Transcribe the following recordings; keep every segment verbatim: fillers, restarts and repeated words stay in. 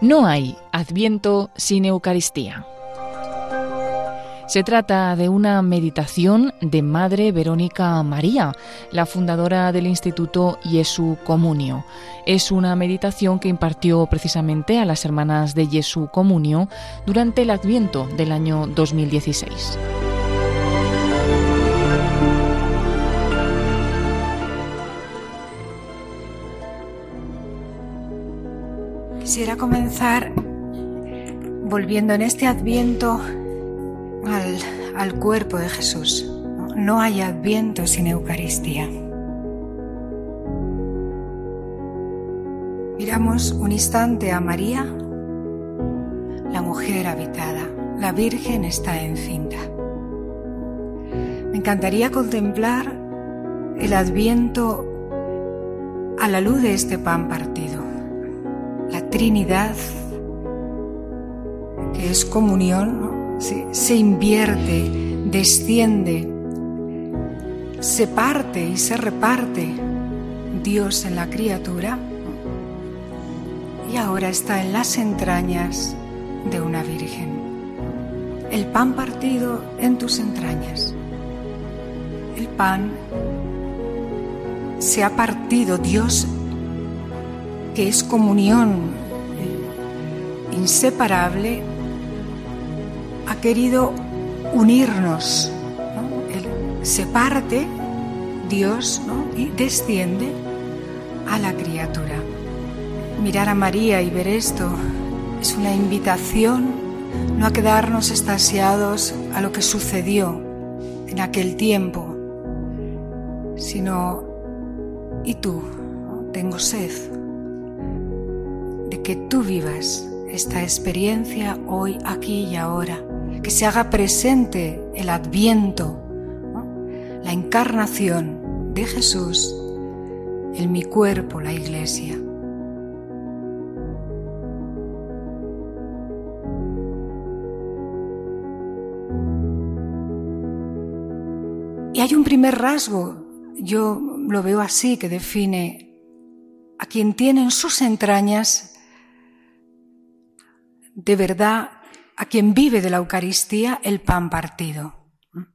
No hay Adviento sin Eucaristía. Se trata de una meditación de Madre Verónica María, la fundadora del Instituto Jesu Comunio. Es una meditación que impartió precisamente a las hermanas de Jesu Comunio durante el Adviento del año dos mil dieciséis. Quisiera comenzar volviendo en este Adviento al, al cuerpo de Jesús. No, no hay Adviento sin Eucaristía. Miramos un instante a María, la mujer habitada. La Virgen está encinta. Me encantaría contemplar el Adviento a la luz de este pan partido. La Trinidad, que es comunión, ¿no? se, se invierte, desciende, se parte y se reparte Dios en la criatura, ¿no? Y ahora está en las entrañas de una virgen. El pan partido en tus entrañas. El pan se ha partido, Dios, que es comunión eh, inseparable, ha querido unirnos, ¿no? Él se parte, Dios, ¿no? Y desciende a la criatura. Mirar a María y ver esto es una invitación no a quedarnos extasiados a lo que sucedió en aquel tiempo, sino, ¿y tú? ¿No? Tengo sed de que tú vivas esta experiencia hoy, aquí y ahora, que se haga presente el Adviento, ¿no? La encarnación de Jesús en mi cuerpo, la Iglesia. Y hay un primer rasgo, yo lo veo así, que define a quien tiene en sus entrañas de verdad, a quien vive de la Eucaristía, el pan partido.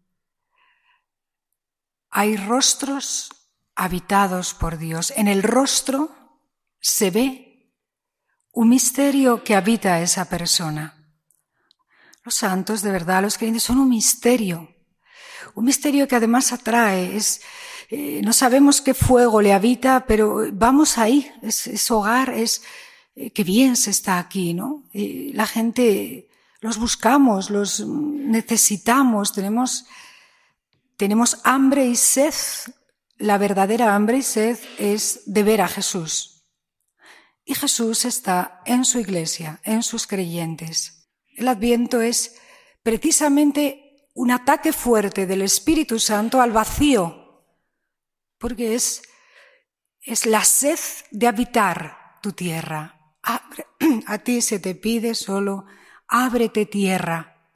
Hay rostros habitados por Dios. En el rostro se ve un misterio que habita a esa persona. Los santos, de verdad, los creyentes, son un misterio. Un misterio que además atrae. Es, eh, no sabemos qué fuego le habita, pero vamos ahí. Es, es hogar, es... Qué bien se está aquí, ¿no? Y la gente, los buscamos, los necesitamos, tenemos, tenemos hambre y sed. La verdadera hambre y sed es de ver a Jesús. Y Jesús está en su iglesia, en sus creyentes. El Adviento es precisamente un ataque fuerte del Espíritu Santo al vacío, porque es, es la sed de habitar tu tierra. A ti se te pide solo, ábrete tierra.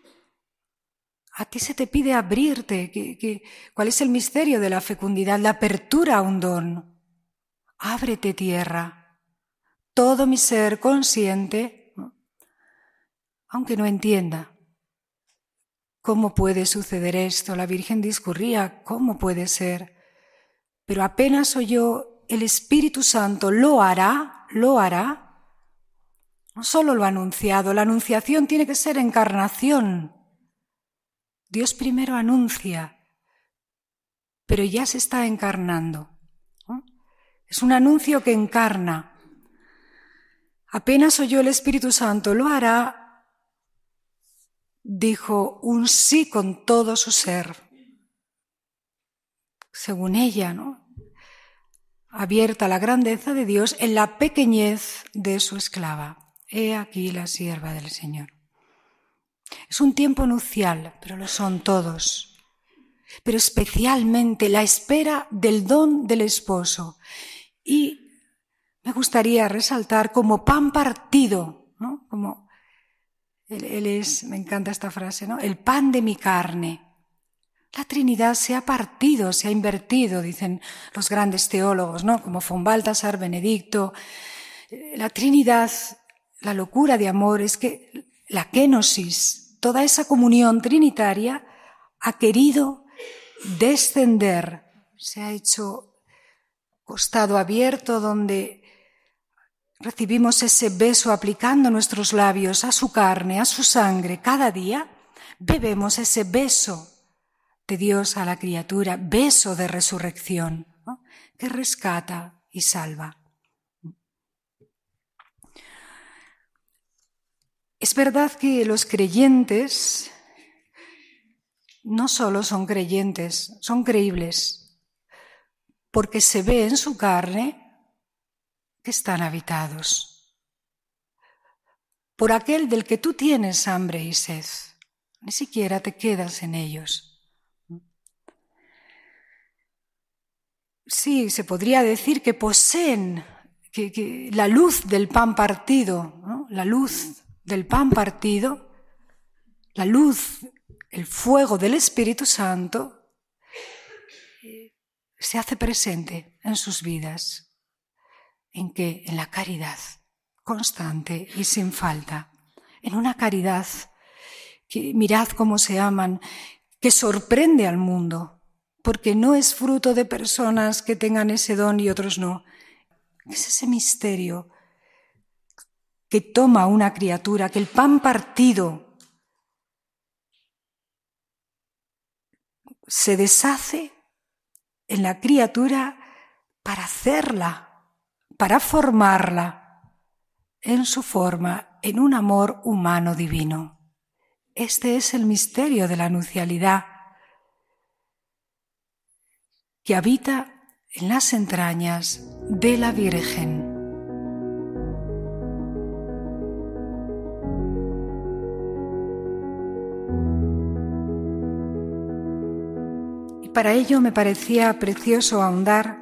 A ti se te pide abrirte. ¿Qué, qué, cuál es el misterio de la fecundidad? La apertura a un don. Ábrete tierra. Todo mi ser consciente, aunque no entienda cómo puede suceder esto. La Virgen discurría, ¿cómo puede ser? Pero apenas oyó, el Espíritu Santo lo hará, lo hará. No solo lo ha anunciado, la anunciación tiene que ser encarnación. Dios primero anuncia, pero ya se está encarnando, ¿no? Es un anuncio que encarna. Apenas oyó el Espíritu Santo, lo hará, dijo un sí con todo su ser. Según ella, ¿no? Abierta la grandeza de Dios en la pequeñez de su esclava. He aquí la sierva del Señor. Es un tiempo nupcial, pero lo son todos. Pero especialmente la espera del don del esposo. Y me gustaría resaltar como pan partido, ¿no? Como él, él es, me encanta esta frase, ¿no? El pan de mi carne. La Trinidad se ha partido, se ha invertido, dicen los grandes teólogos, ¿no? Como von Balthasar, Benedicto. La Trinidad la locura de amor es que la kenosis, toda esa comunión trinitaria, ha querido descender, se ha hecho costado abierto donde recibimos ese beso aplicando nuestros labios a su carne, a su sangre. Cada día bebemos ese beso de Dios a la criatura, beso de resurrección, ¿no?, que rescata y salva. Es verdad que los creyentes no solo son creyentes, son creíbles, porque se ve en su carne que están habitados por aquel del que tú tienes hambre y sed. Ni siquiera te quedas en ellos. Sí, se podría decir que poseen que, que la luz del pan partido, ¿no?, la luz del pan partido, la luz, el fuego del Espíritu Santo, eh, se hace presente en sus vidas. ¿En qué? En la caridad constante y sin falta. En una caridad que, mirad cómo se aman, que sorprende al mundo, porque no es fruto de personas que tengan ese don y otros no. Es ese misterio que toma una criatura, que el pan partido se deshace en la criatura para hacerla, para formarla en su forma, en un amor humano divino. Este es el misterio de la nupcialidad que habita en las entrañas de la Virgen. Y para ello me parecía precioso ahondar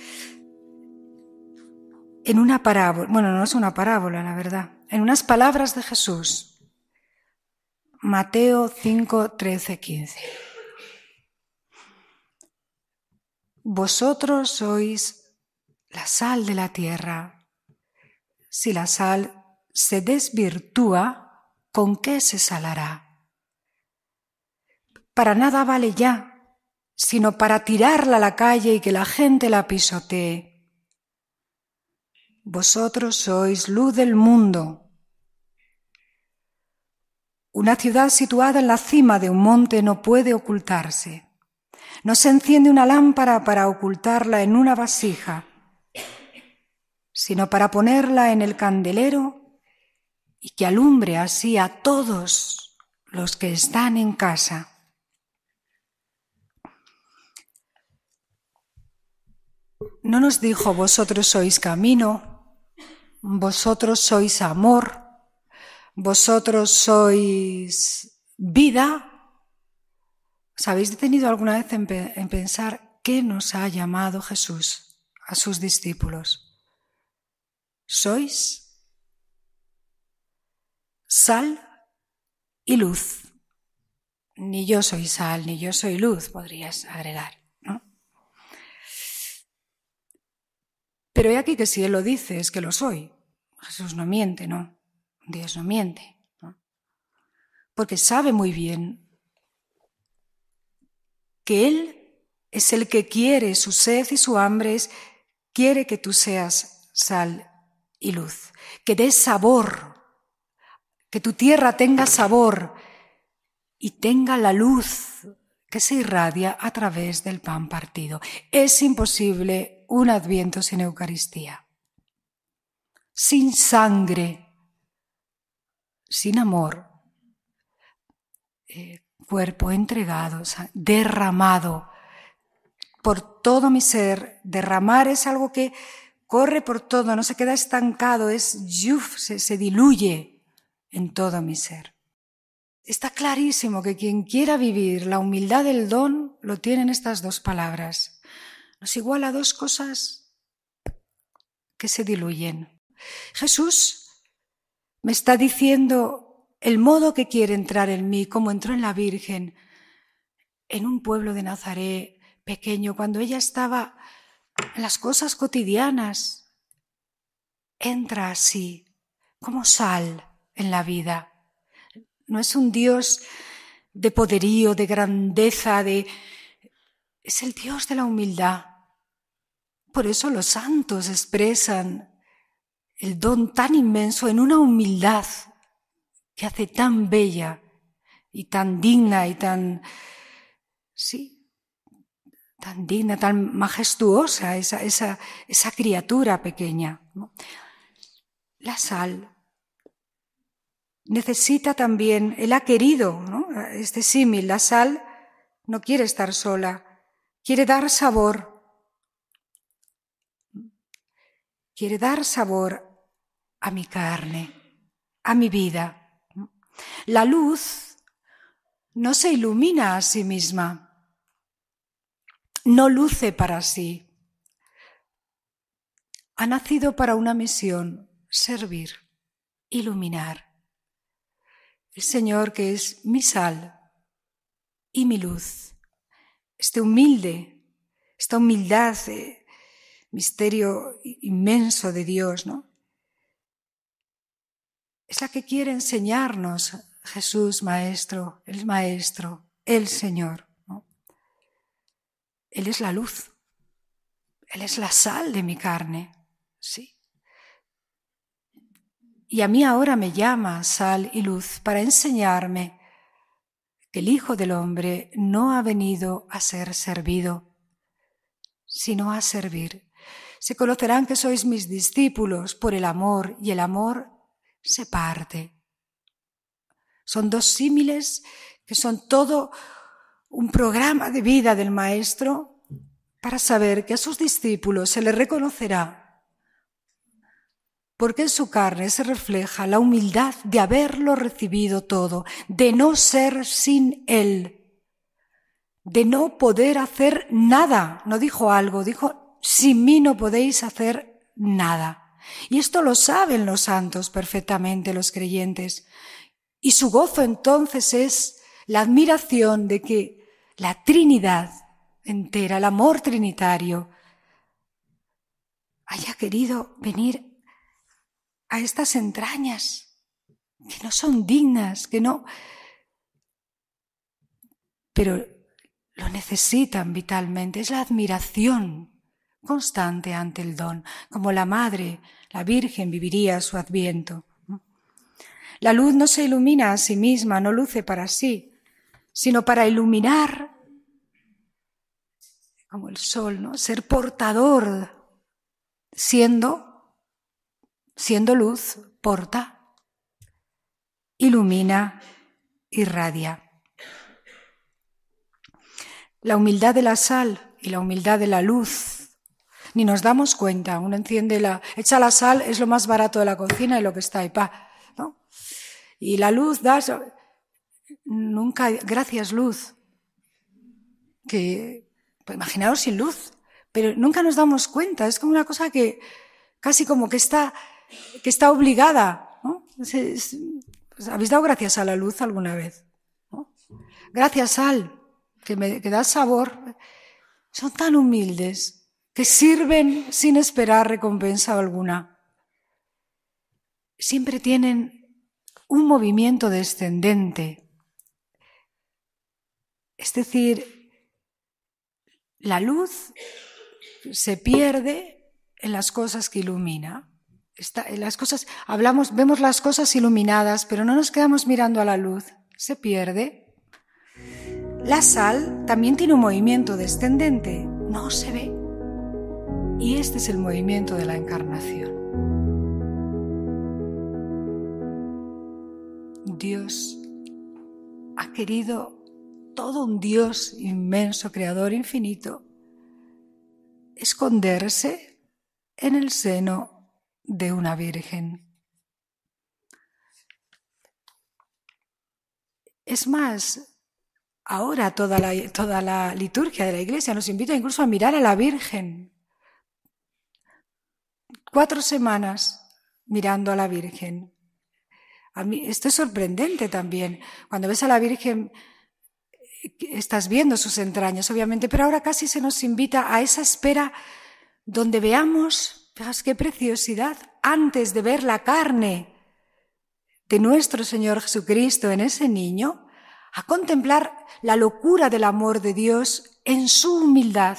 en una parábola, bueno, no es una parábola, la verdad, en unas palabras de Jesús. Mateo cinco, trece, quince. Vosotros sois la sal de la tierra. Si la sal se desvirtúa, ¿con qué se salará? Para nada vale ya, sino para tirarla a la calle y que la gente la pisotee. Vosotros sois luz del mundo. Una ciudad situada en la cima de un monte no puede ocultarse. No se enciende una lámpara para ocultarla en una vasija, sino para ponerla en el candelero y que alumbre así a todos los que están en casa. No nos dijo: vosotros sois camino, vosotros sois amor, vosotros sois vida. ¿Os habéis detenido alguna vez en, pe- en pensar qué nos ha llamado Jesús a sus discípulos? Sois sal y luz. Ni yo soy sal, ni yo soy luz, podrías agregar, ¿no? Pero he aquí que si Él lo dice, es que lo soy. Jesús no miente, ¿no? Dios no miente, ¿no? Porque sabe muy bien que Él es el que quiere, su sed y su hambre es, quiere que tú seas sal y luz, que des sabor, que tu tierra tenga sabor y tenga la luz que se irradia a través del pan partido. Es imposible un Adviento sin Eucaristía, sin sangre, sin amor, eh, cuerpo entregado, derramado por todo mi ser. Derramar es algo que corre por todo, no se queda estancado, es yuf, se, se diluye en todo mi ser. Está clarísimo que quien quiera vivir la humildad del don lo tiene en estas dos palabras. Nos iguala a dos cosas que se diluyen. Jesús me está diciendo el modo que quiere entrar en mí, como entró en la Virgen, en un pueblo de Nazaret pequeño, cuando ella estaba en las cosas cotidianas. Entra así, como sal en la vida. No es un Dios de poderío, de grandeza, de... es el Dios de la humildad. Por eso los santos expresan el don tan inmenso en una humildad que hace tan bella y tan digna y tan, sí, tan digna, tan majestuosa esa, esa, esa criatura pequeña, ¿no? La sal necesita también, él ha querido, ¿no? Este símil, la sal no quiere estar sola, quiere dar sabor, quiere dar sabor a mi carne, a mi vida. La luz no se ilumina a sí misma, no luce para sí. Ha nacido para una misión, servir, iluminar. El Señor, que es mi sal y mi luz, este humilde, esta humildad, eh, misterio inmenso de Dios, ¿no? Es la que quiere enseñarnos Jesús, Maestro, el Maestro, el Señor, ¿no? Él es la luz, Él es la sal de mi carne, sí. Y a mí ahora me llama sal y luz para enseñarme que el Hijo del Hombre no ha venido a ser servido, sino a servir. Se conocerán que sois mis discípulos por el amor, y el amor se parte. Son dos símiles que son todo un programa de vida del Maestro para saber que a sus discípulos se les reconocerá, porque en su carne se refleja la humildad de haberlo recibido todo, de no ser sin Él, de no poder hacer nada. No dijo algo, dijo, sin mí no podéis hacer nada. Y esto lo saben los santos perfectamente, los creyentes. Y su gozo entonces es la admiración de que la Trinidad entera, el amor trinitario, haya querido venir a estas entrañas que no son dignas, que no, pero lo necesitan vitalmente. Es la admiración constante ante el don, como la Madre, la Virgen, viviría su adviento. La luz no se ilumina a sí misma, no luce para sí, sino para iluminar, como el sol, ¿no? Ser portador, siendo Siendo luz, porta, ilumina, irradia. La humildad de la sal y la humildad de la luz, ni nos damos cuenta. Uno enciende la, echa la sal, es lo más barato de la cocina y lo que está ahí, pa, ¿no? Y la luz das, nunca, gracias luz, que, pues imaginaos sin luz, pero nunca nos damos cuenta. Es como una cosa que casi como que está que está obligada, ¿no? ¿Habéis dado gracias a la luz alguna vez? ¿No? Gracias, sal, que me que da sabor. Son tan humildes que sirven sin esperar recompensa alguna. Siempre tienen un movimiento descendente. Es decir, la luz se pierde en las cosas que ilumina. Está, las cosas, hablamos, vemos las cosas iluminadas, pero no nos quedamos mirando a la luz, se pierde. La sal también tiene un movimiento descendente, no se ve. Y este es el movimiento de la encarnación. Dios ha querido, todo un Dios inmenso, creador infinito, esconderse en el seno de una virgen. Es más, ahora toda la, toda la liturgia de la Iglesia nos invita incluso a mirar a la Virgen. Cuatro semanas mirando a la Virgen. A mí, esto es sorprendente también. Cuando ves a la Virgen, estás viendo sus entrañas, obviamente, pero ahora casi se nos invita a esa espera donde veamos, fijaos qué preciosidad, antes de ver la carne, de nuestro Señor Jesucristo en ese niño, a contemplar la locura del amor de Dios en su humildad.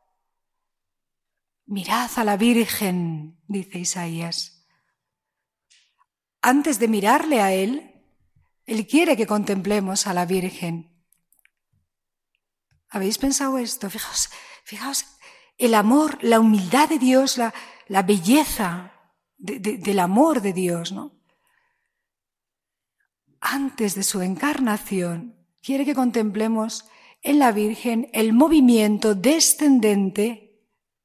Mirad a la Virgen, dice Isaías. Antes de mirarle a Él, Él quiere que contemplemos a la Virgen. ¿Habéis pensado esto? Fijaos, fijaos, el amor, la humildad de Dios, la, la belleza de, de, del amor de Dios, ¿no? Antes de su encarnación, quiere que contemplemos en la Virgen el movimiento descendente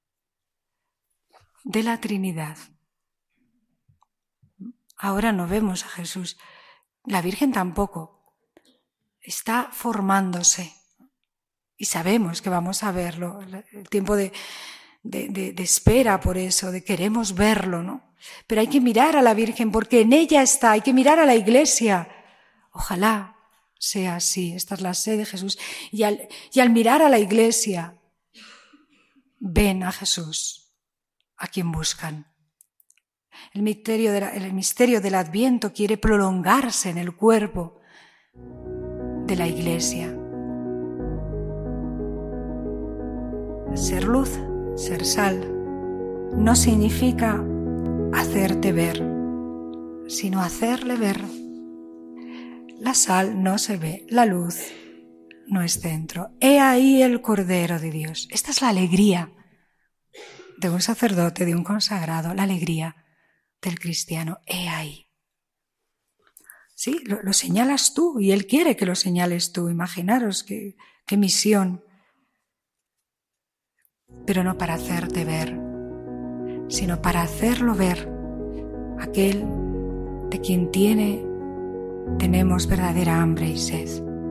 de la Trinidad. Ahora no vemos a Jesús, la Virgen tampoco. Está formándose y sabemos que vamos a verlo. El tiempo de, de, de, de espera por eso, de queremos verlo, ¿no? Pero hay que mirar a la Virgen porque en ella está, hay que mirar a la Iglesia. Ojalá sea así, esta es la sed de Jesús. Y al, y al mirar a la Iglesia, ven a Jesús, a quien buscan. El misterio, de la, el misterio del Adviento quiere prolongarse en el cuerpo de la Iglesia. Ser luz, ser sal, no significa hacerte ver, sino hacerle ver. La sal no se ve, la luz no es dentro. He ahí el Cordero de Dios. Esta es la alegría de un sacerdote, de un consagrado, la alegría del cristiano. He ahí. Sí, lo, lo señalas tú y Él quiere que lo señales tú. Imaginaros qué, qué misión. Pero no para hacerte ver, sino para hacerlo ver aquel de quien tiene tenemos verdadera hambre y sed.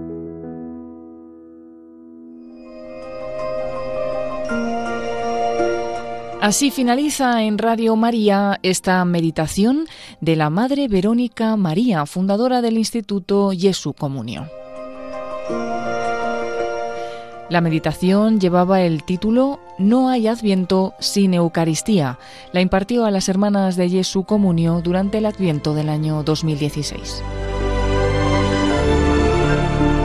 Así finaliza en Radio María esta meditación de la Madre Verónica María, fundadora del Instituto Jesu Comunio. La meditación llevaba el título No hay Adviento sin Eucaristía. La impartió a las hermanas de Jesu Comunio durante el Adviento del año dos mil dieciséis.